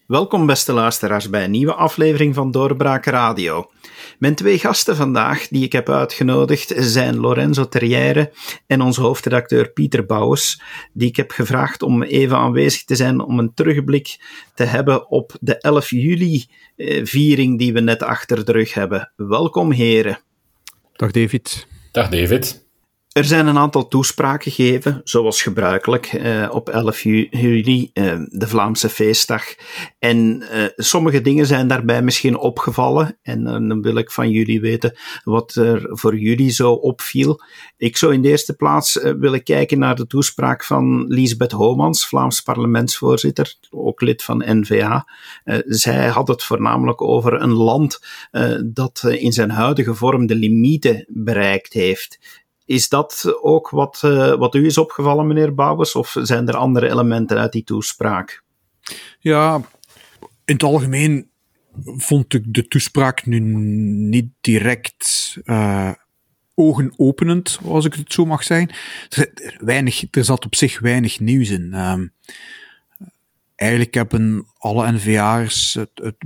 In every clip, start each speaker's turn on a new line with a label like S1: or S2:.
S1: Welkom beste luisteraars bij een nieuwe aflevering van Doorbraak Radio. Mijn twee gasten vandaag die ik heb uitgenodigd zijn Lorenzo Terrière en onze hoofdredacteur Pieter Bouwens, die ik heb gevraagd om even aanwezig te zijn om een terugblik te hebben op de 11 juli viering die we net achter de rug hebben. Welkom heren.
S2: Dag David.
S3: Dag David.
S1: Er zijn een aantal toespraken gegeven, zoals gebruikelijk, op 11 juli, de Vlaamse feestdag. En sommige dingen zijn daarbij misschien opgevallen. En dan wil ik van jullie weten wat er voor jullie zo opviel. Ik zou in de eerste plaats willen kijken naar de toespraak van Liesbeth Homans, Vlaams parlementsvoorzitter, ook lid van N-VA. Zij had het voornamelijk over een land dat in zijn huidige vorm de limieten bereikt heeft. Is dat ook wat u is opgevallen, meneer Bouwens, of zijn er andere elementen uit die toespraak?
S2: Ja, in het algemeen vond ik de toespraak nu niet direct ogenopenend, als ik het zo mag zijn. Er zat op zich weinig nieuws in. Eigenlijk hebben alle N-VA'ers het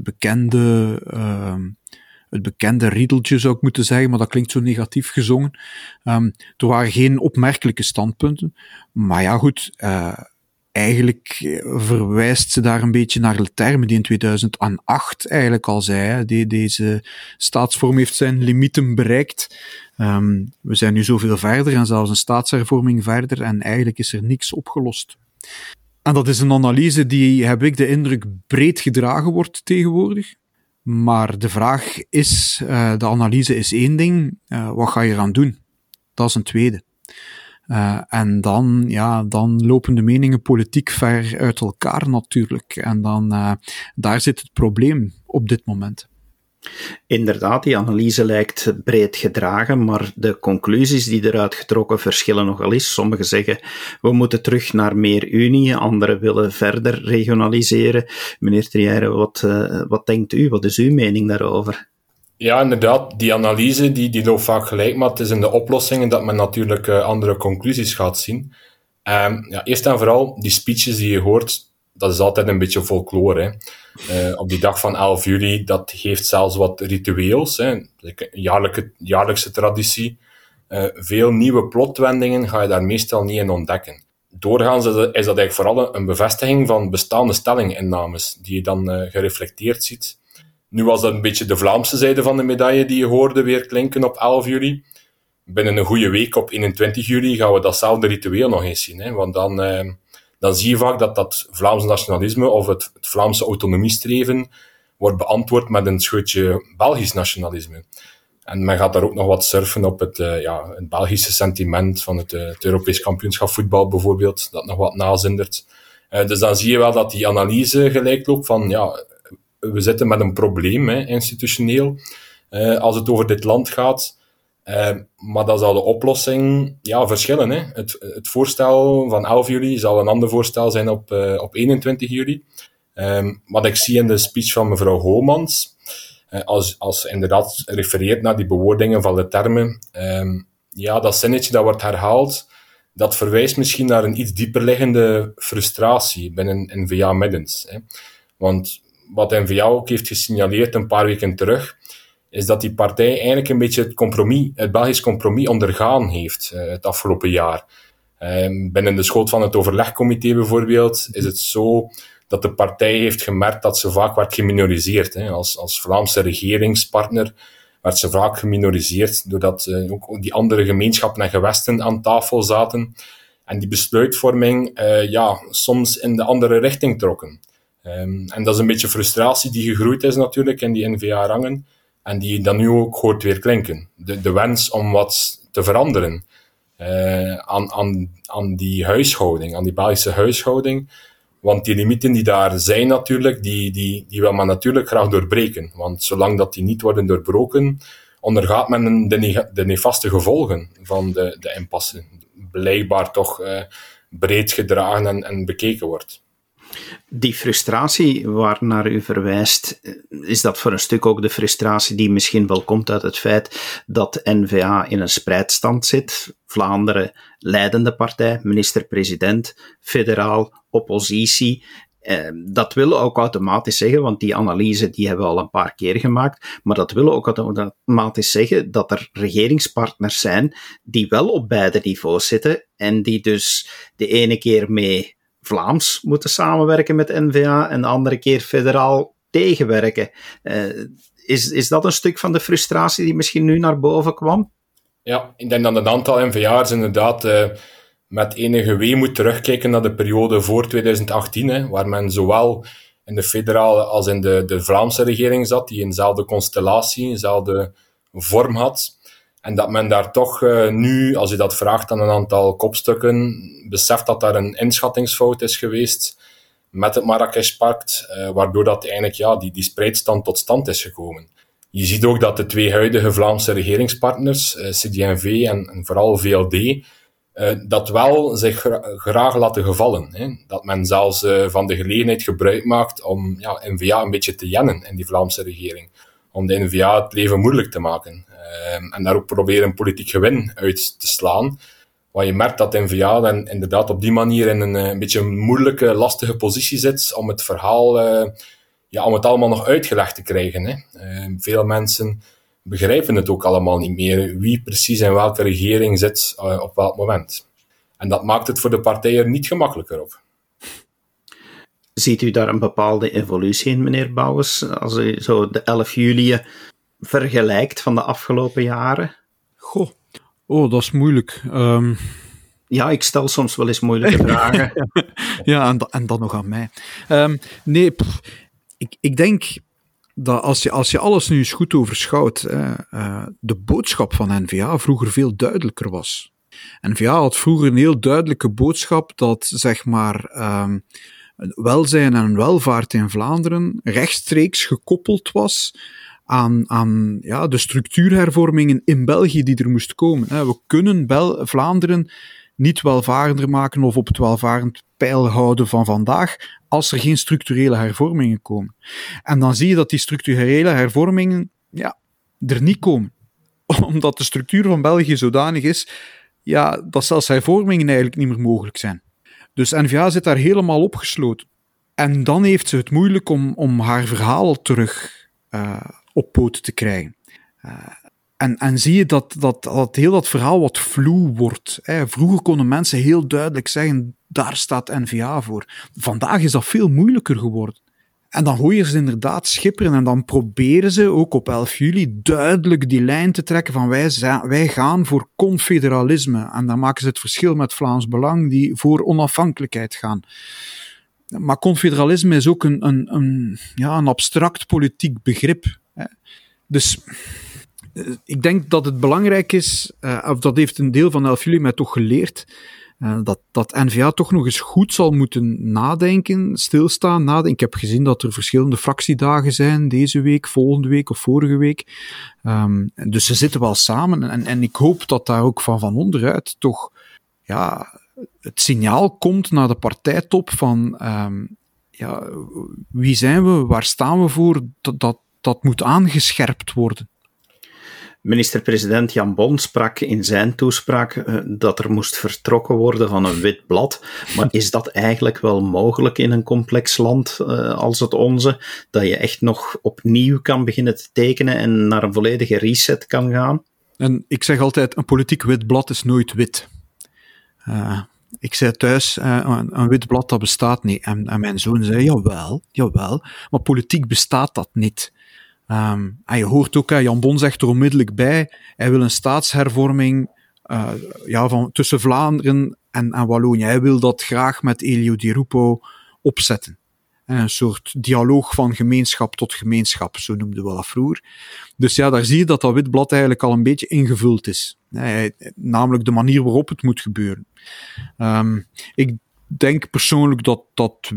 S2: bekende riedeltje, zou ik moeten zeggen, maar dat klinkt zo negatief gezongen. Er waren geen opmerkelijke standpunten. Maar ja, goed, eigenlijk verwijst ze daar een beetje naar Leterme, die in 2008 eigenlijk al zei, hè, deze staatsvorm heeft zijn limieten bereikt. We zijn nu zoveel verder en zelfs een staatshervorming verder en eigenlijk is er niks opgelost. En dat is een analyse die, heb ik de indruk, breed gedragen wordt tegenwoordig. Maar de vraag is, de analyse is één ding, wat ga je eraan doen? Dat is een tweede. En dan lopen de meningen politiek ver uit elkaar natuurlijk. En daar zit het probleem op dit moment.
S1: Inderdaad, die analyse lijkt breed gedragen, maar de conclusies die eruit getrokken verschillen nogal eens. Sommigen zeggen, we moeten terug naar meer unie, anderen willen verder regionaliseren. Meneer Terrière, wat denkt u? Wat is uw mening daarover?
S3: Ja, inderdaad, die analyse die loopt vaak gelijk, maar het is in de oplossingen dat men natuurlijk andere conclusies gaat zien. Eerst en vooral, die speeches die je hoort, dat is altijd een beetje folklore. Hè. Op die dag van 11 juli, dat heeft zelfs wat ritueels. Hè. Een jaarlijkse traditie. Veel nieuwe plotwendingen ga je daar meestal niet in ontdekken. Doorgaans is dat eigenlijk vooral een bevestiging van bestaande stellinginnames, die je dan gereflecteerd ziet. Nu was dat een beetje de Vlaamse zijde van de medaille die je hoorde weer klinken op 11 juli. Binnen een goede week op 21 juli gaan we datzelfde ritueel nog eens zien. Hè. Want dan zie je vaak dat Vlaams nationalisme of het Vlaamse autonomiestreven wordt beantwoord met een scheutje Belgisch nationalisme. En men gaat daar ook nog wat surfen op het Belgische sentiment van het Europees kampioenschap voetbal bijvoorbeeld, dat nog wat nazindert. Dus dan zie je wel dat die analyse gelijk loopt van, we zitten met een probleem, institutioneel, als het over dit land gaat. Maar dan zal de oplossing verschillen. Hè. Het voorstel van 11 juli zal een ander voorstel zijn op 21 juli. Wat ik zie in de speech van mevrouw Homans, als ze inderdaad refereert naar die bewoordingen van Leterme, dat zinnetje dat wordt herhaald, dat verwijst misschien naar een iets dieperliggende frustratie binnen N-VA-middens. Want wat N-VA ook heeft gesignaleerd een paar weken terug, is dat die partij eigenlijk een beetje het Belgisch compromis ondergaan heeft het afgelopen jaar. Binnen de schoot van het overlegcomité bijvoorbeeld is het zo dat de partij heeft gemerkt dat ze vaak werd geminoriseerd. Als Vlaamse regeringspartner werd ze vaak geminoriseerd doordat ook die andere gemeenschappen en gewesten aan tafel zaten en die besluitvorming soms in de andere richting trokken. En dat is een beetje frustratie die gegroeid is natuurlijk in die N-VA-rangen. En die je dan nu ook hoort weer klinken. De wens om wat te veranderen aan die huishouding, aan die Belgische huishouding. Want die limieten die daar zijn natuurlijk, die wil men natuurlijk graag doorbreken. Want zolang dat die niet worden doorbroken, ondergaat men de nefaste gevolgen van de impasse. Blijkbaar toch breed gedragen en bekeken wordt.
S1: Die frustratie waarnaar u verwijst, is dat voor een stuk ook de frustratie die misschien wel komt uit het feit dat N-VA in een spreidstand zit? Vlaanderen, leidende partij, minister-president, federaal, oppositie. Dat wil ook automatisch zeggen, want die analyse die hebben we al een paar keer gemaakt, maar dat wil ook automatisch zeggen dat er regeringspartners zijn die wel op beide niveaus zitten en die dus de ene keer mee Vlaams moeten samenwerken met N-VA en de andere keer federaal tegenwerken. Is dat een stuk van de frustratie die misschien nu naar boven kwam?
S3: Ja, ik denk dat een aantal N-VA'ers inderdaad met enige weemoed terugkijken naar de periode voor 2018, hè, waar men zowel in de federale als in de Vlaamse regering zat, die eenzelfde constellatie, eenzelfde vorm had. En dat men daar toch nu, als je dat vraagt aan een aantal kopstukken, beseft dat daar een inschattingsfout is geweest met het Marrakesh-pact, waardoor dat eigenlijk die spreidstand tot stand is gekomen. Je ziet ook dat de twee huidige Vlaamse regeringspartners, CD&V en vooral VLD, dat wel zich graag laten gevallen. Hè. Dat men zelfs van de gelegenheid gebruik maakt om N-VA een beetje te jennen in die Vlaamse regering. Om de N-VA het leven moeilijk te maken. En daar ook proberen een politiek gewin uit te slaan. Waar je merkt dat N-VA dan inderdaad op die manier in een beetje een moeilijke, lastige positie zit om het verhaal, om het allemaal nog uitgelegd te krijgen. Hè. Veel mensen begrijpen het ook allemaal niet meer, wie precies in welke regering zit op welk moment. En dat maakt het voor de partijen er niet gemakkelijker op.
S1: Ziet u daar een bepaalde evolutie in, meneer Bouwens, als u zo de 11 juli vergelijkt van de afgelopen jaren?
S2: Goh, dat is moeilijk.
S1: Ja, ik stel soms wel eens moeilijke vragen.
S2: Ja, en dan nog aan mij. Ik denk dat als je alles nu eens goed overschouwt, de boodschap van N-VA vroeger veel duidelijker was. N-VA had vroeger een heel duidelijke boodschap dat, zeg maar, welzijn en welvaart in Vlaanderen rechtstreeks gekoppeld was aan de structuurhervormingen in België die er moest komen. We kunnen Vlaanderen niet welvarender maken of op het welvarend peil houden van vandaag als er geen structurele hervormingen komen. En dan zie je dat die structurele hervormingen er niet komen. Omdat de structuur van België zodanig is dat zelfs hervormingen eigenlijk niet meer mogelijk zijn. Dus N-VA zit daar helemaal opgesloten. En dan heeft ze het moeilijk om haar verhaal terug op poten te krijgen. En zie je dat heel dat verhaal wat vloe wordt. Vroeger konden mensen heel duidelijk zeggen, daar staat N-VA voor. Vandaag is dat veel moeilijker geworden. En dan hoor je ze inderdaad schipperen en dan proberen ze ook op 11 juli duidelijk die lijn te trekken van wij gaan voor confederalisme. En dan maken ze het verschil met Vlaams Belang die voor onafhankelijkheid gaan. Maar confederalisme is ook een abstract politiek begrip. Dus ik denk dat het belangrijk is, of dat heeft een deel van 11 juli mij toch geleerd, dat N-VA toch nog eens goed zal moeten nadenken, stilstaan, nadenken. Ik heb gezien dat er verschillende fractiedagen zijn, deze week, volgende week of vorige week. Dus ze zitten wel samen en ik hoop dat daar ook van onderuit toch het signaal komt naar de partijtop van wie zijn we, waar staan we voor, dat moet aangescherpt worden.
S1: Minister-president Jan Bon sprak in zijn toespraak dat er moest vertrokken worden van een wit blad. Maar is dat eigenlijk wel mogelijk in een complex land als het onze? Dat je echt nog opnieuw kan beginnen te tekenen en naar een volledige reset kan gaan?
S2: En ik zeg altijd, een politiek wit blad is nooit wit. Ik zei thuis, een wit blad dat bestaat niet. En mijn zoon zei, jawel, maar politiek bestaat dat niet. En je hoort ook, Jan Bon zegt er onmiddellijk bij, hij wil een staatshervorming tussen Vlaanderen en Wallonië. Hij wil dat graag met Elio Di Rupo opzetten. Een soort dialoog van gemeenschap tot gemeenschap, zo noemden we dat vroeger. Dus daar zie je dat wit blad eigenlijk al een beetje ingevuld is. Namelijk de manier waarop het moet gebeuren. Ik denk persoonlijk dat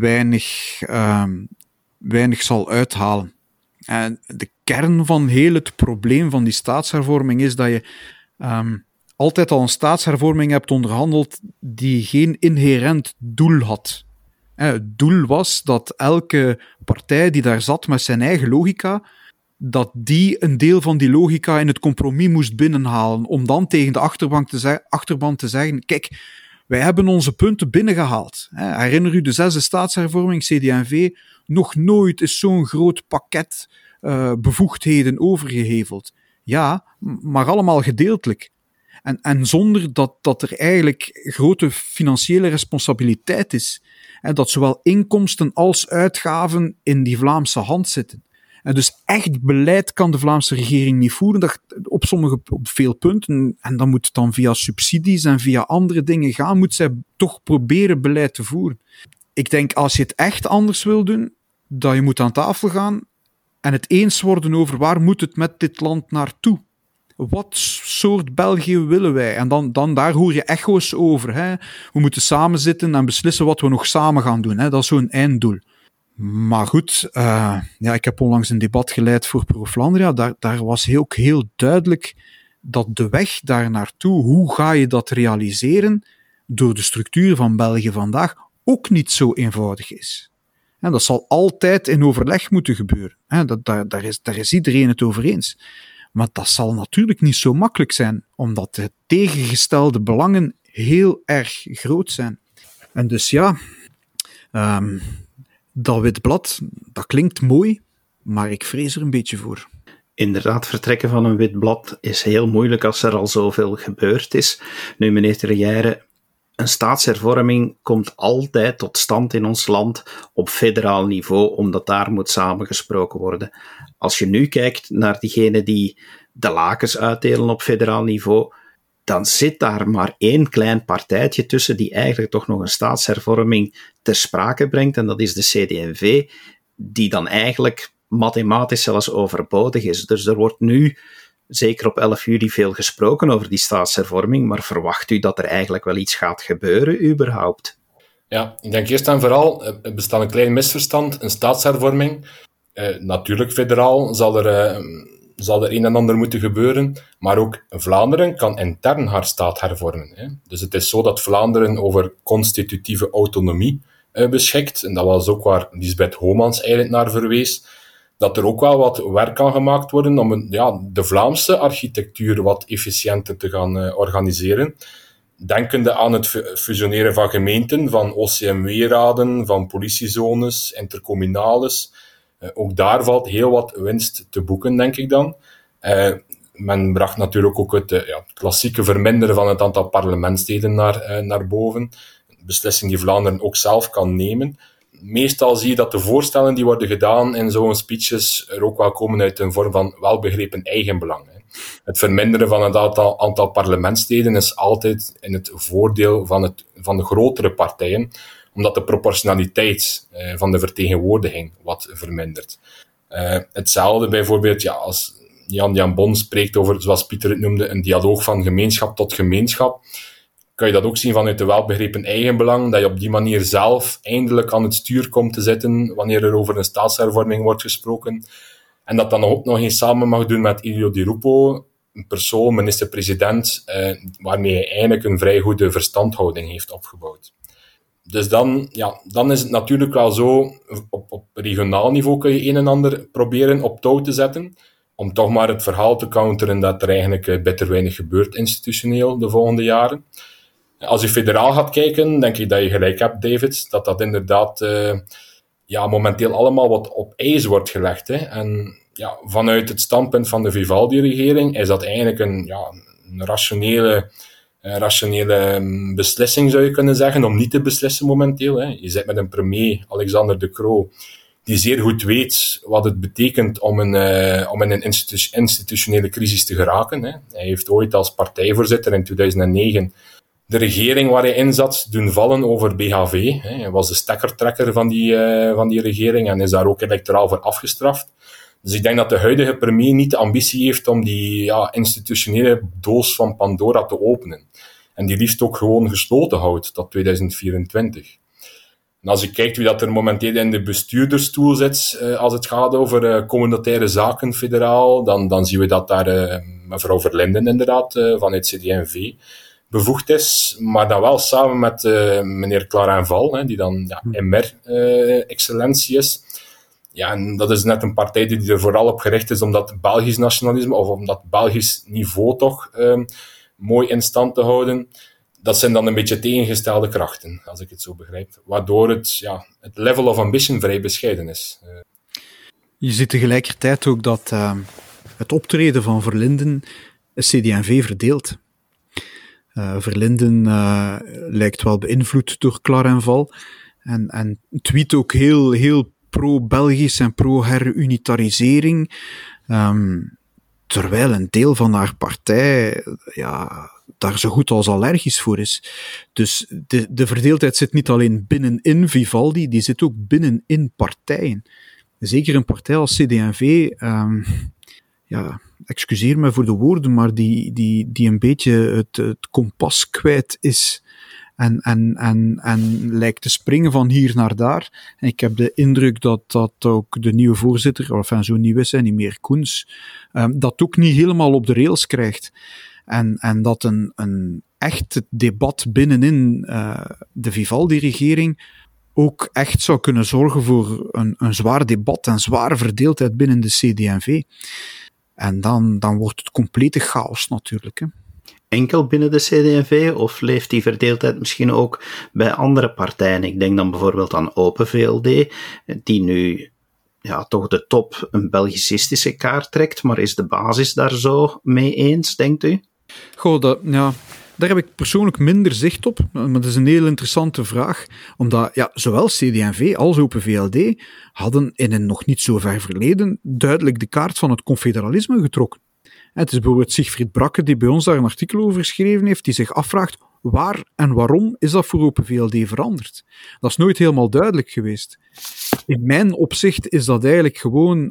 S2: weinig zal uithalen. En de kern van heel het probleem van die staatshervorming is dat je altijd al een staatshervorming hebt onderhandeld die geen inherent doel had. Het doel was dat elke partij die daar zat met zijn eigen logica, dat die een deel van die logica in het compromis moest binnenhalen, om dan tegen de achterban te zeggen, kijk, wij hebben onze punten binnengehaald. Herinner u de 6e staatshervorming, CD&V, nog nooit is zo'n groot pakket bevoegdheden overgeheveld. Ja, maar allemaal gedeeltelijk. En zonder dat er eigenlijk grote financiële responsabiliteit is. En dat zowel inkomsten als uitgaven in die Vlaamse hand zitten. En dus echt beleid kan de Vlaamse regering niet voeren, dat op veel punten, en dat moet dan via subsidies en via andere dingen gaan, moet zij toch proberen beleid te voeren. Ik denk, als je het echt anders wil doen, dat je moet aan tafel gaan en het eens worden over waar moet het met dit land naartoe. Wat soort België willen wij? En dan daar hoor je echo's over. Hè? We moeten samen zitten en beslissen wat we nog samen gaan doen. Hè? Dat is zo'n einddoel. Maar goed, ik heb onlangs een debat geleid voor Pro-Vlaanderen. Daar was ook heel duidelijk dat de weg daar naartoe, hoe ga je dat realiseren, door de structuur van België vandaag, ook niet zo eenvoudig is. En dat zal altijd in overleg moeten gebeuren. Daar is iedereen het over eens. Maar dat zal natuurlijk niet zo makkelijk zijn, omdat de tegengestelde belangen heel erg groot zijn. En dus dat wit blad, dat klinkt mooi, maar ik vrees er een beetje voor.
S1: Inderdaad, vertrekken van een wit blad is heel moeilijk als er al zoveel gebeurd is. Nu, meneer Terreire, een staatshervorming komt altijd tot stand in ons land op federaal niveau, omdat daar moet samengesproken worden. Als je nu kijkt naar diegenen die de lakens uitdelen op federaal niveau, dan zit daar maar één klein partijtje tussen die eigenlijk toch nog een staatshervorming ter sprake brengt, en dat is de CD&V, die dan eigenlijk mathematisch zelfs overbodig is. Dus er wordt nu, zeker op 11 juli, veel gesproken over die staatshervorming, maar verwacht u dat er eigenlijk wel iets gaat gebeuren, überhaupt?
S3: Ja, ik denk eerst en vooral, er bestaat een klein misverstand, een staatshervorming. Natuurlijk, federaal zal er een en ander moeten gebeuren, maar ook Vlaanderen kan intern haar staat hervormen. Hè. Dus het is zo dat Vlaanderen over constitutieve autonomie beschikt, en dat was ook waar Lisbeth Homans eigenlijk naar verwees, dat er ook wel wat werk kan gemaakt worden om de Vlaamse architectuur wat efficiënter te gaan organiseren. Denkende aan het fusioneren van gemeenten, van OCMW-raden, van politiezones, intercommunales. Ook daar valt heel wat winst te boeken, denk ik dan. Men bracht natuurlijk ook het klassieke verminderen van het aantal parlementsleden naar boven. Een beslissing die Vlaanderen ook zelf kan nemen. Meestal zie je dat de voorstellen die worden gedaan in zo'n speeches er ook wel komen uit een vorm van welbegrepen eigenbelang. Het verminderen van het aantal parlementsleden is altijd in het voordeel van de grotere partijen, omdat de proportionaliteit van de vertegenwoordiging wat vermindert. Hetzelfde bijvoorbeeld, als Jan Bon spreekt over, zoals Pieter het noemde, een dialoog van gemeenschap tot gemeenschap, kan je dat ook zien vanuit de welbegrepen eigenbelang, dat je op die manier zelf eindelijk aan het stuur komt te zitten wanneer er over een staatshervorming wordt gesproken. En dat dan ook nog eens samen mag doen met Elio Di Rupo, een persoon, minister-president, waarmee hij eigenlijk een vrij goede verstandhouding heeft opgebouwd. Dus dan is het natuurlijk wel zo, op regionaal niveau kun je een en ander proberen op touw te zetten, om toch maar het verhaal te counteren dat er eigenlijk bitter weinig gebeurt institutioneel de volgende jaren. Als je federaal gaat kijken, denk ik dat je gelijk hebt, David, dat inderdaad momenteel allemaal wat op ijs wordt gelegd. Hè. En vanuit het standpunt van de Vivaldi-regering is dat eigenlijk een rationele beslissing, zou je kunnen zeggen, om niet te beslissen momenteel. Hè. Je zit met een premier, Alexander De Croo, die zeer goed weet wat het betekent om in een institutionele crisis te geraken. Hè. Hij heeft ooit als partijvoorzitter in 2009 de regering waar hij in zat doen vallen over BHV. Hij was de stekkertrekker van die regering en is daar ook electoraal voor afgestraft. Dus ik denk dat de huidige premier niet de ambitie heeft om die institutionele doos van Pandora te openen. En die liefst ook gewoon gesloten houdt tot 2024. En als je kijkt wie dat er momenteel in de bestuurdersstoel zit, als het gaat over communautaire zaken federaal, dan zien we dat daar mevrouw Verlinden inderdaad vanuit CD&V bevoegd is, maar dan wel samen met meneer Clarijn Val, die dan MR-excellentie is. Ja, en dat is net een partij die er vooral op gericht is om dat Belgisch nationalisme, of om dat Belgisch niveau toch mooi in stand te houden. dat zijn dan een beetje tegengestelde krachten, als ik het zo begrijp. Waardoor het level of ambition vrij bescheiden is.
S2: Je ziet tegelijkertijd ook dat het optreden van Verlinden CD&V verdeelt. Verlinden lijkt wel beïnvloed door Clarenval en tweet ook heel pro-Belgisch en pro-herunitarisering, terwijl een deel van haar partij daar zo goed als allergisch voor is. Dus de verdeeldheid zit niet alleen binnenin Vivaldi, die zit ook binnenin partijen. Zeker een partij als CD&V, excuseer me voor de woorden, maar die een beetje het kompas kwijt is en lijkt te springen van hier naar daar. En ik heb de indruk dat ook de nieuwe voorzitter, enfin zo nieuw is hij niet meer, Koens, dat ook niet helemaal op de rails krijgt. En dat een echt debat binnenin de Vivaldi-regering ook echt zou kunnen zorgen voor een zwaar debat en zware verdeeldheid binnen de CD&V. En dan wordt het complete chaos natuurlijk. Hè.
S1: Enkel binnen de CD&V of leeft die verdeeldheid misschien ook bij andere partijen? Ik denk dan bijvoorbeeld aan Open VLD, die nu toch de top een Belgicistische kaart trekt, maar is de basis daar zo mee eens, denkt u?
S2: Goh, daar heb ik persoonlijk minder zicht op, maar dat is een heel interessante vraag, omdat zowel CD&V als Open VLD hadden in een nog niet zo ver verleden duidelijk de kaart van het confederalisme getrokken. Het is bijvoorbeeld Siegfried Brakke die bij ons daar een artikel over geschreven heeft, die zich afvraagt waar en waarom is dat voor Open VLD veranderd. Dat is nooit helemaal duidelijk geweest. In mijn opzicht is dat eigenlijk gewoon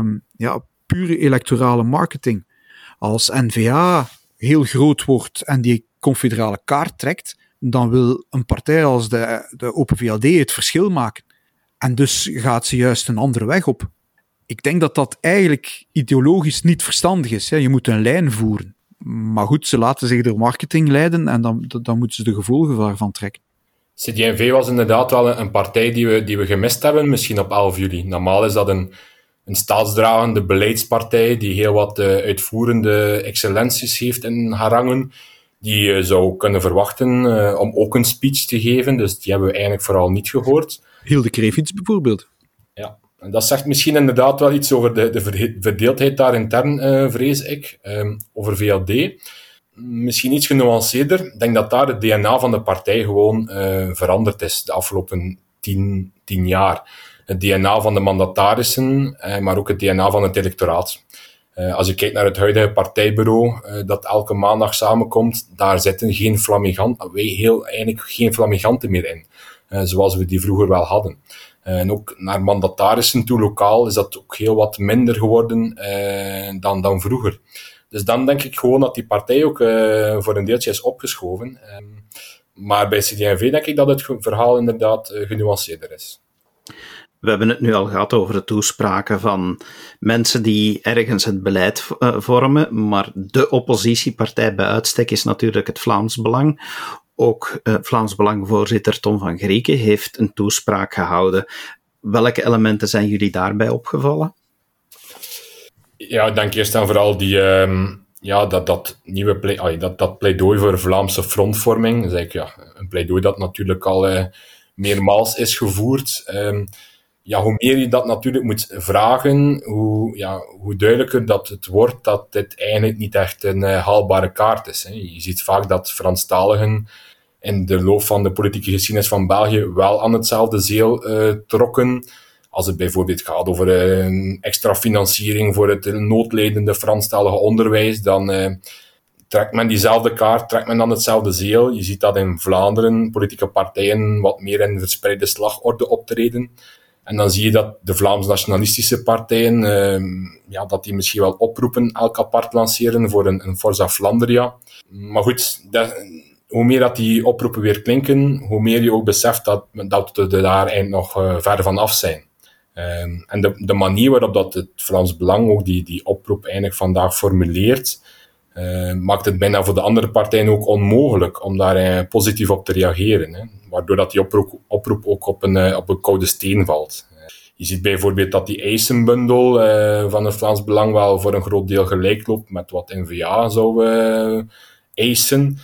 S2: pure electorale marketing. Als N-VA heel groot wordt en die confederale kaart trekt, dan wil een partij als de Open VLD het verschil maken. En dus gaat ze juist een andere weg op. Ik denk dat dat eigenlijk ideologisch niet verstandig is. Hè. Je moet een lijn voeren. Maar goed, ze laten zich door marketing leiden en dan moeten ze de gevolgen daarvan trekken.
S3: CD&V was inderdaad wel een partij die we gemist hebben, misschien op 11 juli. Normaal is dat een staatsdragende beleidspartij die heel wat uitvoerende excellenties heeft in haar rangen, die je zou kunnen verwachten om ook een speech te geven. Dus die hebben we eigenlijk vooral niet gehoord.
S2: Hilde Krevits bijvoorbeeld.
S3: Ja, en dat zegt misschien inderdaad wel iets over de verdeeldheid daar intern, vrees ik, over VLD. Misschien iets genuanceerder. Ik denk dat daar het DNA van de partij gewoon veranderd is de afgelopen 10 jaar. Het DNA van de mandatarissen, maar ook het DNA van het electoraat. Als je kijkt naar het huidige partijbureau dat elke maandag samenkomt, daar zitten eigenlijk geen flamiganten meer in. Zoals we die vroeger wel hadden. En ook naar mandatarissen toe lokaal is dat ook heel wat minder geworden dan vroeger. Dus dan denk ik gewoon dat die partij ook voor een deeltje is opgeschoven. Maar bij CD&V denk ik dat het verhaal inderdaad genuanceerder is.
S1: We hebben het nu al gehad over de toespraken van mensen die ergens het beleid vormen, maar de oppositiepartij bij uitstek is natuurlijk het Vlaams Belang. Ook Vlaams Belang-voorzitter Tom van Grieken heeft een toespraak gehouden. Welke elementen zijn jullie daarbij opgevallen?
S3: Ja, ik denk eerst en vooral dat nieuwe dat pleidooi voor Vlaamse frontvorming. Dat is eigenlijk een pleidooi dat natuurlijk al meermaals is gevoerd. Hoe meer je dat natuurlijk moet vragen, hoe duidelijker dat het wordt dat dit eigenlijk niet echt een haalbare kaart is. Hè. Je ziet vaak dat Franstaligen in de loop van de politieke geschiedenis van België wel aan hetzelfde zeel trokken. Als het bijvoorbeeld gaat over extra financiering voor het noodlijdende Franstalige onderwijs, dan trekt men diezelfde kaart, trekt men dan hetzelfde zeel. Je ziet dat in Vlaanderen politieke partijen wat meer in verspreide slagorde optreden. En dan zie je dat de Vlaams-nationalistische partijen, dat die misschien wel oproepen elk apart lanceren voor een Forza Flandria. Maar goed, hoe meer dat die oproepen weer klinken, hoe meer je ook beseft dat we daar eigenlijk nog ver van af zijn. En de manier waarop dat het Vlaams Belang ook die oproep eigenlijk vandaag formuleert, maakt het bijna voor de andere partijen ook onmogelijk om daar positief op te reageren. Hè. Waardoor dat die oproep ook op een koude steen valt. Je ziet bijvoorbeeld dat die eisenbundel van het Vlaams Belang wel voor een groot deel gelijk loopt met wat N-VA zou eisen.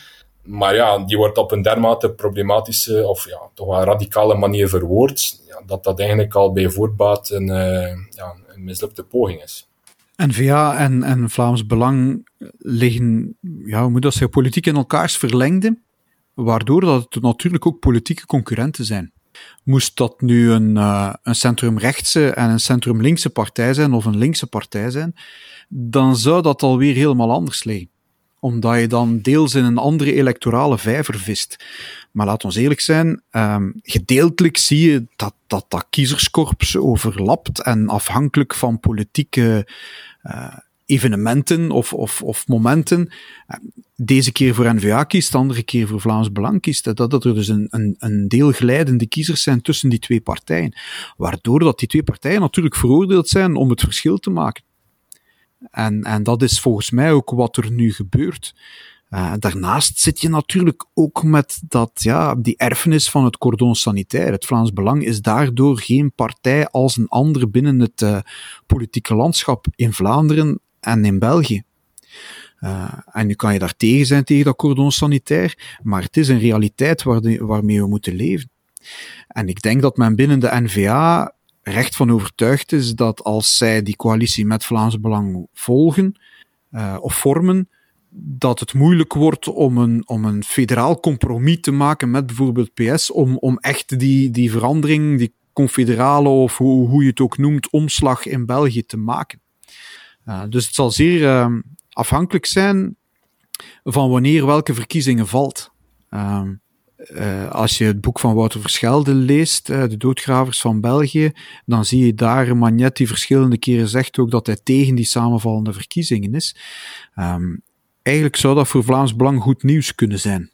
S3: Maar ja, die wordt op een dermate problematische of toch wel radicale manier verwoord, dat eigenlijk al bij voorbaat een mislukte poging is.
S2: N-VA en Vlaams Belang liggen, hoe moet dat zeggen, politiek in elkaars verlengde, waardoor dat het natuurlijk ook politieke concurrenten zijn. Moest dat nu een centrumrechtse en een centrumlinkse partij zijn, of een linkse partij zijn, dan zou dat alweer helemaal anders liggen. Omdat je dan deels in een andere electorale vijver vist. Maar laat ons eerlijk zijn, gedeeltelijk zie je dat kiezerskorps overlapt en afhankelijk van politieke evenementen of momenten, deze keer voor N-VA kiest, de andere keer voor Vlaams Belang kiest, dat er dus een deel glijdende kiezers zijn tussen die twee partijen. Waardoor dat die twee partijen natuurlijk veroordeeld zijn om het verschil te maken. En dat is volgens mij ook wat er nu gebeurt. Daarnaast zit je natuurlijk ook met die erfenis van het cordon sanitair. Het Vlaams Belang is daardoor geen partij als een andere binnen het politieke landschap in Vlaanderen en in België. En nu kan je daar tegen zijn, tegen dat cordon sanitair, maar het is een realiteit waarmee we moeten leven. En ik denk dat men binnen de N-VA recht van overtuigd is dat als zij die coalitie met Vlaams Belang volgen of vormen, dat het moeilijk wordt om een federaal compromis te maken met bijvoorbeeld PS, om echt die verandering, die confederale of hoe je het ook noemt, omslag in België te maken. Dus het zal zeer afhankelijk zijn van wanneer welke verkiezingen valt. Als je het boek van Wouter Verschelde leest, De Doodgravers van België, dan zie je daar Magnet die verschillende keren zegt ook dat hij tegen die samenvallende verkiezingen is. Eigenlijk zou dat voor Vlaams Belang goed nieuws kunnen zijn.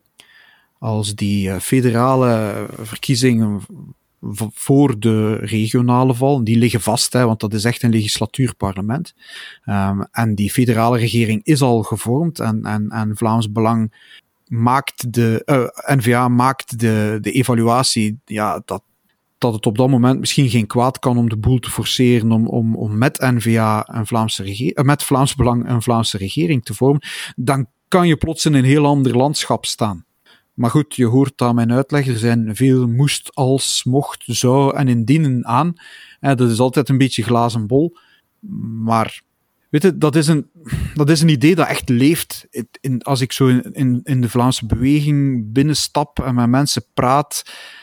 S2: Als die federale verkiezingen voor de regionale vallen, die liggen vast, want dat is echt een legislatuurparlement. En die federale regering is al gevormd en Vlaams Belang maakt N-VA maakt de evaluatie, dat het op dat moment misschien geen kwaad kan om de boel te forceren om met N-VA met Vlaams Belang een Vlaamse regering te vormen, dan kan je plots in een heel ander landschap staan. Maar goed, je hoort aan mijn uitleg, er zijn veel moest, als, mocht, zou en indienen aan. Dat is altijd een beetje glazen bol. Maar weet je, dat is een idee dat echt leeft. Als ik zo in de Vlaamse beweging binnenstap en met mensen praat,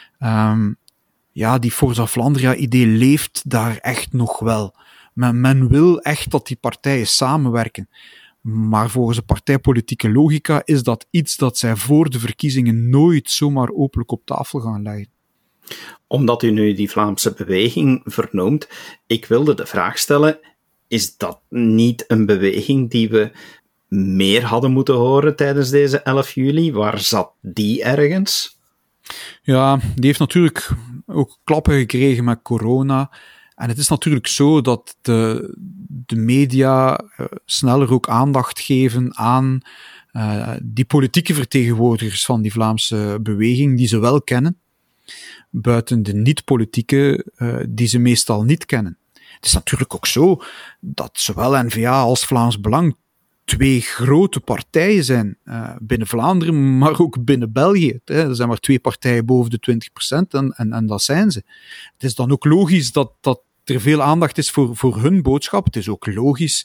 S2: die Forza Vlaanderen-idee leeft daar echt nog wel. Men wil echt dat die partijen samenwerken. Maar volgens de partijpolitieke logica is dat iets dat zij voor de verkiezingen nooit zomaar openlijk op tafel gaan leggen.
S1: Omdat u nu die Vlaamse beweging vernoemt, ik wilde de vraag stellen, is dat niet een beweging die we meer hadden moeten horen tijdens deze 11 juli? Waar zat die ergens?
S2: Ja, die heeft natuurlijk ook klappen gekregen met corona. En het is natuurlijk zo dat de media sneller ook aandacht geven aan die politieke vertegenwoordigers van die Vlaamse beweging, die ze wel kennen, buiten de niet-politieke, die ze meestal niet kennen. Het is natuurlijk ook zo dat zowel N-VA als Vlaams Belang twee grote partijen zijn binnen Vlaanderen, maar ook binnen België. Er zijn maar 2 partijen boven de 20% en dat zijn ze. Het is dan ook logisch dat er veel aandacht is voor hun boodschap. Het is ook logisch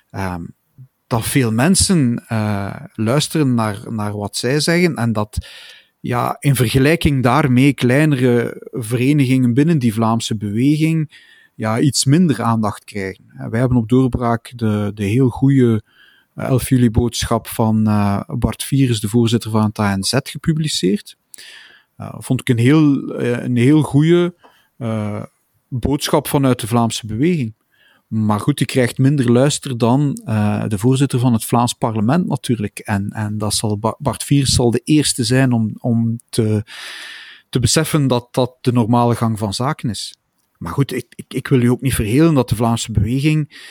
S2: dat veel mensen luisteren naar wat zij zeggen en dat in vergelijking daarmee kleinere verenigingen binnen die Vlaamse beweging iets minder aandacht krijgen. Wij hebben op Doorbraak de heel goede 11 juli boodschap van Bart Vieres, de voorzitter van het ANZ, gepubliceerd. Vond ik een heel goede boodschap vanuit de Vlaamse beweging. Maar goed, die krijgt minder luister dan de voorzitter van het Vlaams parlement natuurlijk. En dat zal Bart Vieres zal de eerste zijn om te beseffen dat dat de normale gang van zaken is. Maar goed, ik wil u ook niet verhelen dat de Vlaamse beweging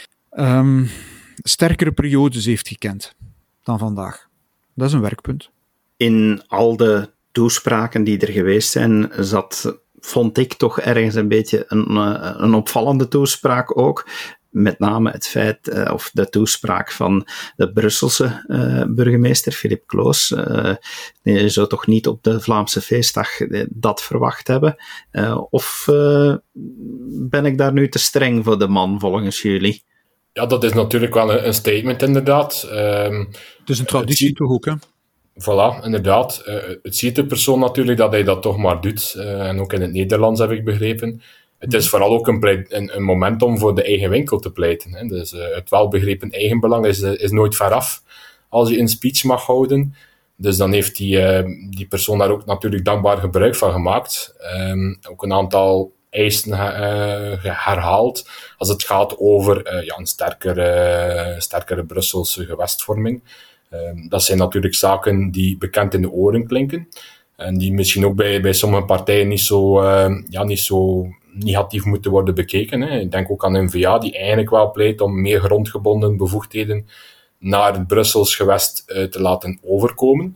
S2: sterkere periodes heeft gekend dan vandaag. Dat is een werkpunt.
S1: In al de toespraken die er geweest zijn, vond ik toch ergens een beetje een opvallende toespraak ook. met name het feit, of de toespraak van de Brusselse burgemeester, Philippe Cloos. Je zou toch niet op de Vlaamse feestdag dat verwacht hebben? Of ben ik daar nu te streng voor de man, volgens jullie?
S3: Ja, dat is natuurlijk wel een statement, inderdaad.
S2: Het is een traditie toch ook, hè?
S3: Voilà, inderdaad. Het ziet de persoon natuurlijk dat hij dat toch maar doet. En ook in het Nederlands heb ik begrepen. Het is vooral ook een moment om voor de eigen winkel te pleiten. Hè. Dus het welbegrepen eigenbelang is nooit veraf als je een speech mag houden. Dus dan heeft die persoon daar ook natuurlijk dankbaar gebruik van gemaakt. Ook een aantal eisen herhaald als het gaat over een sterkere Brusselse gewestvorming. Dat zijn natuurlijk zaken die bekend in de oren klinken. En die misschien ook bij sommige partijen niet zo negatief moeten worden bekeken. Hè. Ik denk ook aan N-VA, die eigenlijk wel pleit om meer grondgebonden bevoegdheden naar het Brussels gewest te laten overkomen.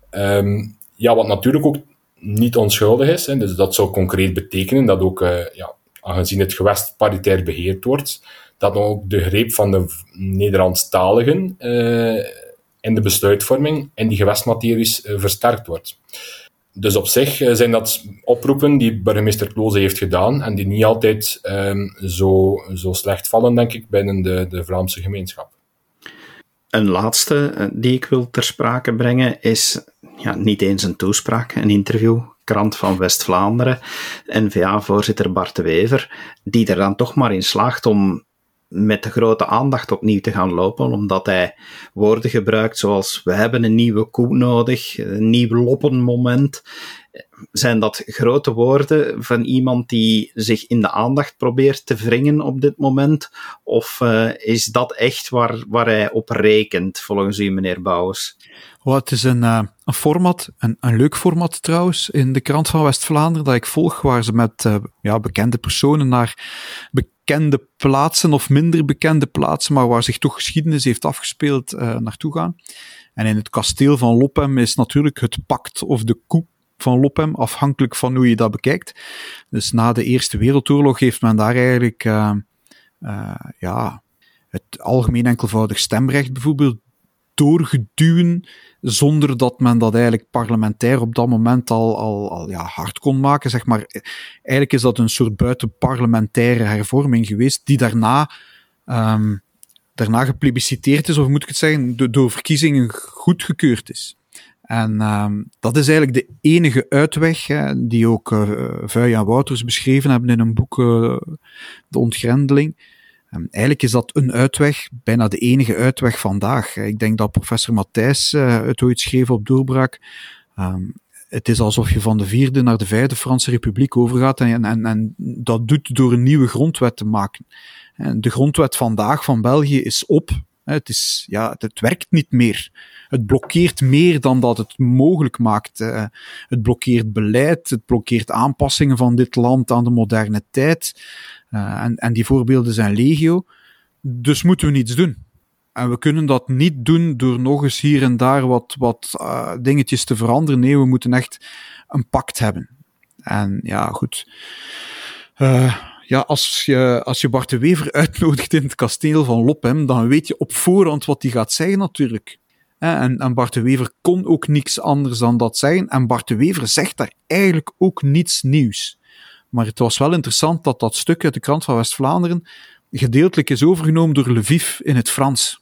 S3: Wat natuurlijk ook niet onschuldig is. Hè. Dus dat zou concreet betekenen dat ook, aangezien het gewest paritair beheerd wordt, dat ook de greep van de Nederlandstaligen in de besluitvorming en die gewestmateries versterkt wordt. Dus op zich zijn dat oproepen die burgemeester Cloose heeft gedaan en die niet altijd zo slecht vallen, denk ik, binnen de Vlaamse gemeenschap. Een
S1: laatste die ik wil ter sprake brengen is niet eens een toespraak, een interview. Krant van West-Vlaanderen, N-VA-voorzitter Bart de Wever, die er dan toch maar in slaagt om met de grote aandacht opnieuw te gaan lopen, omdat hij woorden gebruikt zoals we hebben een nieuwe koe nodig, een nieuw loppenmoment. Zijn dat grote woorden van iemand die zich in de aandacht probeert te wringen op dit moment? Of is dat echt waar hij op rekent, volgens u, meneer Bouwens?
S2: Het is een format, een leuk format trouwens, in de Krant van West-Vlaanderen, dat ik volg, waar ze met bekende personen naar bekende plaatsen of minder bekende plaatsen, maar waar zich toch geschiedenis heeft afgespeeld, naartoe gaan. En in het kasteel van Lophem is natuurlijk het pact of de koe van Lophem, afhankelijk van hoe je dat bekijkt. Dus na de Eerste Wereldoorlog heeft men daar eigenlijk het algemeen enkelvoudig stemrecht bijvoorbeeld doorgeduwen, zonder dat men dat eigenlijk parlementair op dat moment al hard kon maken, zeg maar. Eigenlijk is dat een soort buitenparlementaire hervorming geweest, die daarna geplebisciteerd is, of moet ik het zeggen, door verkiezingen goedgekeurd is. En dat is eigenlijk de enige uitweg, die ook Vuij en Wouters beschreven hebben in een boek, De Ontgrendeling. Eigenlijk is dat een uitweg, bijna de enige uitweg vandaag. Ik denk dat professor Matthijs het ooit schreef op Doorbraak. Het is alsof je van de 4e naar de 5e Franse Republiek overgaat en dat doet door een nieuwe grondwet te maken. De grondwet vandaag van België is op. Het werkt niet meer. Het blokkeert meer dan dat het mogelijk maakt. Het blokkeert beleid, het blokkeert aanpassingen van dit land aan de moderne tijd. En die voorbeelden zijn legio. Dus moeten we niets doen. En we kunnen dat niet doen door nog eens hier en daar wat dingetjes te veranderen. Nee, we moeten echt een pact hebben. En ja, goed. Als je Bart de Wever uitnodigt in het kasteel van Lophem, dan weet je op voorhand wat hij gaat zeggen natuurlijk. En Bart de Wever kon ook niks anders dan dat zeggen. En Bart de Wever zegt daar eigenlijk ook niets nieuws. Maar het was wel interessant dat dat stuk uit de Krant van West-Vlaanderen gedeeltelijk is overgenomen door Lviv in het Frans.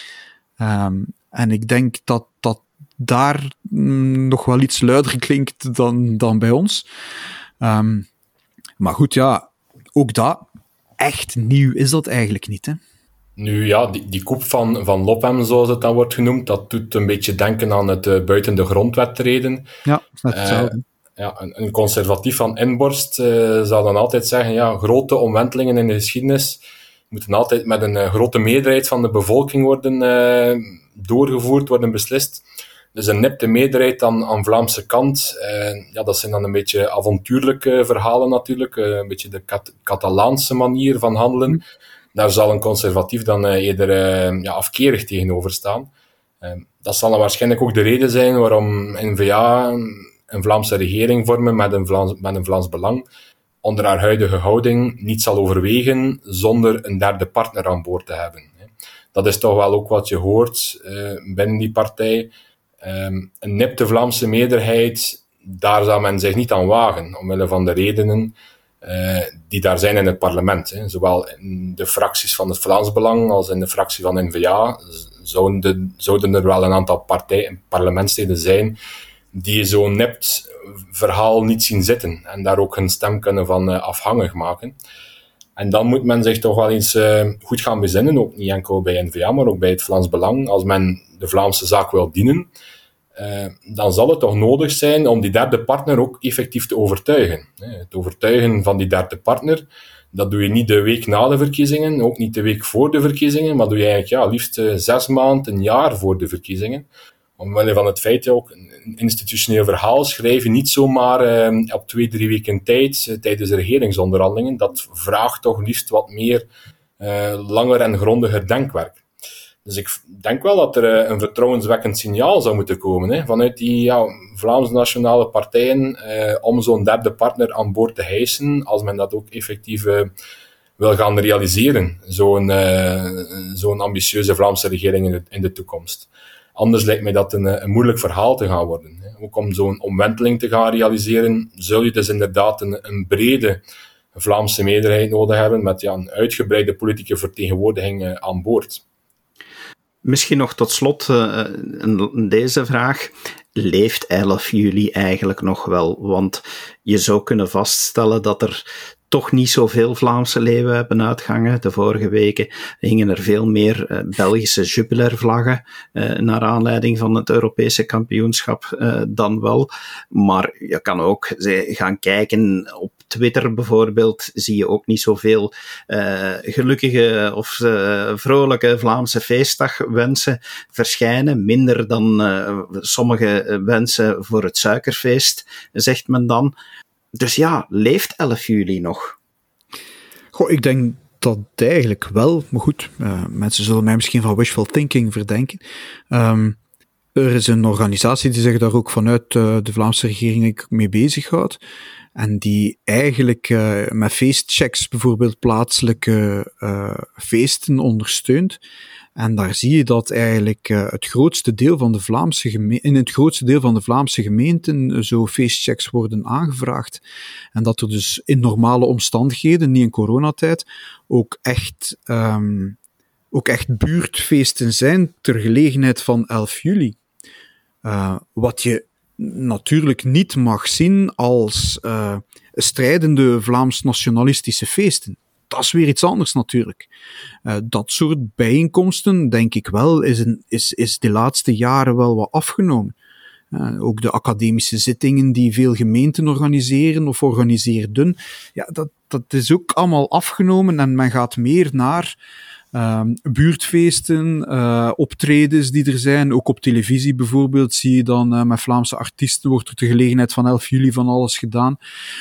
S2: En ik denk dat daar nog wel iets luider klinkt dan bij ons. Maar goed, ook dat, echt nieuw is dat eigenlijk niet, hè?
S3: Nu ja, die koep van Lophem, zoals het dan wordt genoemd, dat doet een beetje denken aan het buiten de grondwet treden.
S2: Ja, dat is net hetzelfde.
S3: Een conservatief van inborst zal dan altijd zeggen, grote omwentelingen in de geschiedenis moeten altijd met een grote meerderheid van de bevolking worden doorgevoerd, worden beslist. Dus een nipte meerderheid aan Vlaamse kant, dat zijn dan een beetje avontuurlijke verhalen natuurlijk, een beetje de Catalaanse manier van handelen. Daar zal een conservatief dan eerder afkerig tegenover staan. Dat zal dan waarschijnlijk ook de reden zijn waarom N-VA een Vlaamse regering vormen met een Vlaams belang, onder haar huidige houding niet zal overwegen zonder een derde partner aan boord te hebben. Dat is toch wel ook wat je hoort binnen die partij. Een nipte Vlaamse meerderheid, daar zal men zich niet aan wagen, omwille van de redenen die daar zijn in het parlement. Zowel in de fracties van het Vlaams Belang als in de fractie van N-VA zouden er wel een aantal parlementsleden zijn die zo'n nipt verhaal niet zien zitten en daar ook hun stem kunnen van afhankelijk maken. En dan moet men zich toch wel eens goed gaan bezinnen, ook niet enkel bij N-VA, maar ook bij het Vlaams Belang. Als men de Vlaamse zaak wil dienen, dan zal het toch nodig zijn om die derde partner ook effectief te overtuigen. Het overtuigen van die derde partner, dat doe je niet de week na de verkiezingen, ook niet de week voor de verkiezingen, maar doe je eigenlijk liefst 6 maanden, een jaar voor de verkiezingen. Omwille van het feit dat ook een institutioneel verhaal schrijven, niet zomaar op 2-3 weken tijd tijdens de regeringsonderhandelingen. Dat vraagt toch liefst wat meer langer en grondiger denkwerk. Dus ik denk wel dat er een vertrouwenswekkend signaal zou moeten komen vanuit die Vlaamse nationale partijen om zo'n derde partner aan boord te hijsen, als men dat ook effectief wil gaan realiseren, zo'n ambitieuze Vlaamse regering in de toekomst. Anders lijkt mij dat een moeilijk verhaal te gaan worden. Ook om zo'n omwenteling te gaan realiseren, zul je dus inderdaad een brede Vlaamse meerderheid nodig hebben met een uitgebreide politieke vertegenwoordiging aan boord.
S1: Misschien nog tot slot deze vraag. Leeft 11 juli eigenlijk nog wel? Want je zou kunnen vaststellen dat er toch niet zoveel Vlaamse leeuwen hebben uitgehangen. De vorige weken hingen er veel meer Belgische Jupiler-vlaggen naar aanleiding van het Europese kampioenschap dan wel. Maar je kan ook gaan kijken op Twitter bijvoorbeeld, zie je ook niet zoveel gelukkige of vrolijke Vlaamse feestdagwensen verschijnen. Minder dan sommige wensen voor het suikerfeest, zegt men dan. Dus ja, leeft 11 juli nog?
S2: Goh, ik denk dat eigenlijk wel, maar goed, mensen zullen mij misschien van wishful thinking verdenken. Er is een organisatie die zich daar ook vanuit de Vlaamse regering mee bezighoudt en die eigenlijk met feestchecks bijvoorbeeld plaatselijke feesten ondersteunt. En daar zie je dat eigenlijk in het grootste deel van de Vlaamse gemeenten zo feestchecks worden aangevraagd. En dat er dus in normale omstandigheden, niet in coronatijd, ook echt buurtfeesten zijn ter gelegenheid van 11 juli. Wat je natuurlijk niet mag zien als strijdende Vlaams-nationalistische feesten. Dat is weer iets anders natuurlijk. Dat soort bijeenkomsten, denk ik wel, is de laatste jaren wel wat afgenomen. Ook de academische zittingen die veel gemeenten organiseren of organiseerden, ja, dat is ook allemaal afgenomen en men gaat meer naar buurtfeesten, optredens die er zijn. Ook op televisie bijvoorbeeld zie je dan met Vlaamse artiesten wordt er ter gelegenheid van 11 juli van alles gedaan.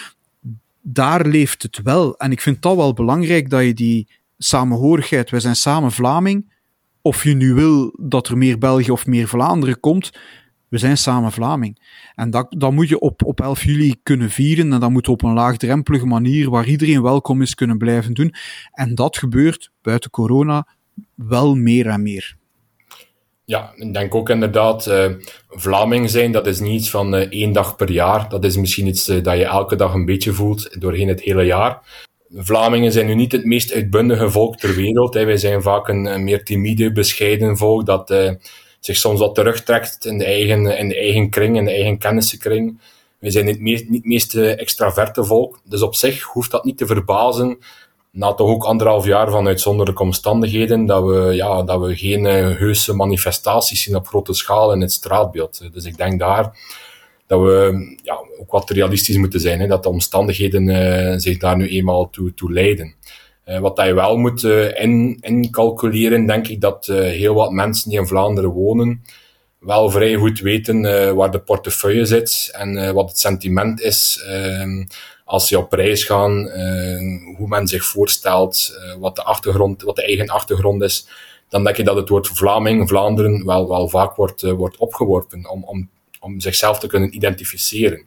S2: Daar leeft het wel. En ik vind dat wel belangrijk dat je die samenhorigheid, wij zijn samen Vlaming, of je nu wil dat er meer België of meer Vlaanderen komt, we zijn samen Vlaming. En dat moet je op 11 juli kunnen vieren en dat moet op een laagdrempelige manier waar iedereen welkom is kunnen blijven doen. En dat gebeurt, buiten corona, wel meer en meer.
S3: Ja, ik denk ook inderdaad, Vlaming zijn, dat is niet iets van 1 dag per jaar. Dat is misschien iets dat je elke dag een beetje voelt doorheen het hele jaar. Vlamingen zijn nu niet het meest uitbundige volk ter wereld. Wij zijn vaak een meer timide, bescheiden volk dat zich soms wat terugtrekt in de eigen kring, in de eigen kennissenkring. Wij zijn niet het meest extraverte volk. Dus op zich hoeft dat niet te verbazen, na toch ook 1,5 jaar van uitzonderlijke omstandigheden, dat we geen heuse manifestaties zien op grote schaal in het straatbeeld. Dus ik denk daar dat we ook wat realistisch moeten zijn, dat de omstandigheden zich daar nu eenmaal toe leiden. Wat dat je wel moet incalculeren, denk ik dat heel wat mensen die in Vlaanderen wonen wel vrij goed weten waar de portefeuille zit en wat het sentiment is als ze op reis gaan, hoe men zich voorstelt, wat de eigen achtergrond is. Dan denk ik dat het woord Vlaming, Vlaanderen wel vaak wordt opgeworpen om zichzelf te kunnen identificeren.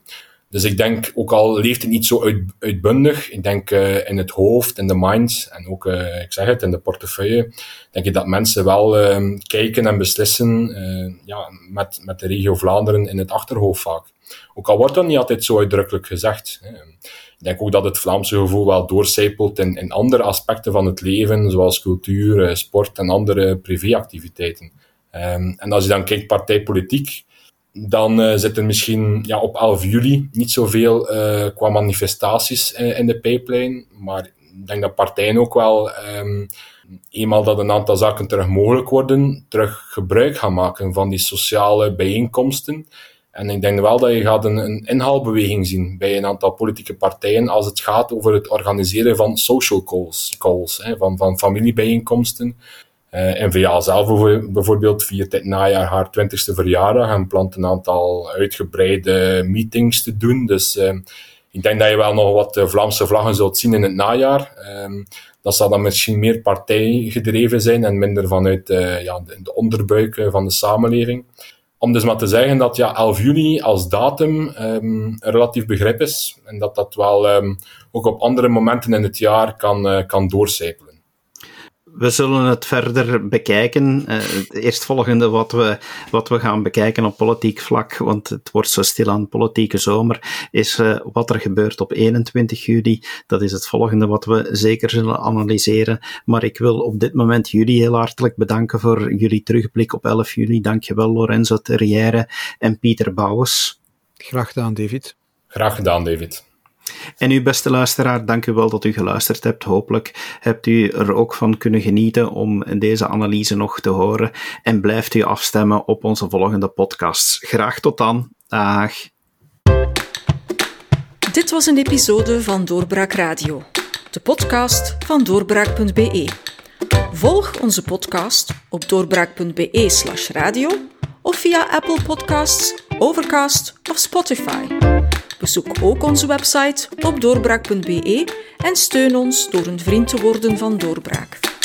S3: Dus ik denk, ook al leeft het niet zo uitbundig, ik denk in het hoofd, in de mind en ook, ik zeg het, in de portefeuille, denk ik dat mensen wel kijken en beslissen met de regio Vlaanderen in het achterhoofd vaak. Ook al wordt dat niet altijd zo uitdrukkelijk gezegd. Ik denk ook dat het Vlaamse gevoel wel doorcijpelt in andere aspecten van het leven, zoals cultuur, sport en andere privéactiviteiten. En als je dan kijkt partijpolitiek, dan zit er misschien op 11 juli niet zoveel qua manifestaties in de pijplijn. Maar ik denk dat partijen ook wel, eenmaal dat een aantal zaken terug mogelijk worden, terug gebruik gaan maken van die sociale bijeenkomsten. En ik denk wel dat je gaat een inhaalbeweging zien bij een aantal politieke partijen als het gaat over het organiseren van social calls van familiebijeenkomsten. N-VA zelf bijvoorbeeld viert dit najaar haar 20e verjaardag en plant een aantal uitgebreide meetings te doen. Dus ik denk dat je wel nog wat Vlaamse vlaggen zult zien in het najaar. Dat zal dan misschien meer partijgedreven zijn en minder vanuit de onderbuik van de samenleving. Om dus maar te zeggen dat 11 juli als datum een relatief begrip is en dat wel ook op andere momenten in het jaar kan doorcijpelen.
S1: We zullen het verder bekijken. Het eerstvolgende wat we gaan bekijken op politiek vlak, want het wordt zo stilaan politieke zomer, is wat er gebeurt op 21 juli. Dat is het volgende wat we zeker zullen analyseren. Maar ik wil op dit moment jullie heel hartelijk bedanken voor jullie terugblik op 11 juli. Dankjewel Lorenzo Terrière en Pieter Bouwens.
S2: Graag gedaan, David.
S3: Graag gedaan, David.
S1: En u, beste luisteraar, dank u wel dat u geluisterd hebt. Hopelijk hebt u er ook van kunnen genieten om deze analyse nog te horen. En blijft u afstemmen op onze volgende podcasts. Graag tot dan. Dag.
S4: Dit was een episode van Doorbraak Radio, de podcast van doorbraak.be. Volg onze podcast op doorbraak.be/radio of via Apple Podcasts, Overcast of Spotify. Bezoek ook onze website op doorbraak.be en steun ons door een vriend te worden van Doorbraak.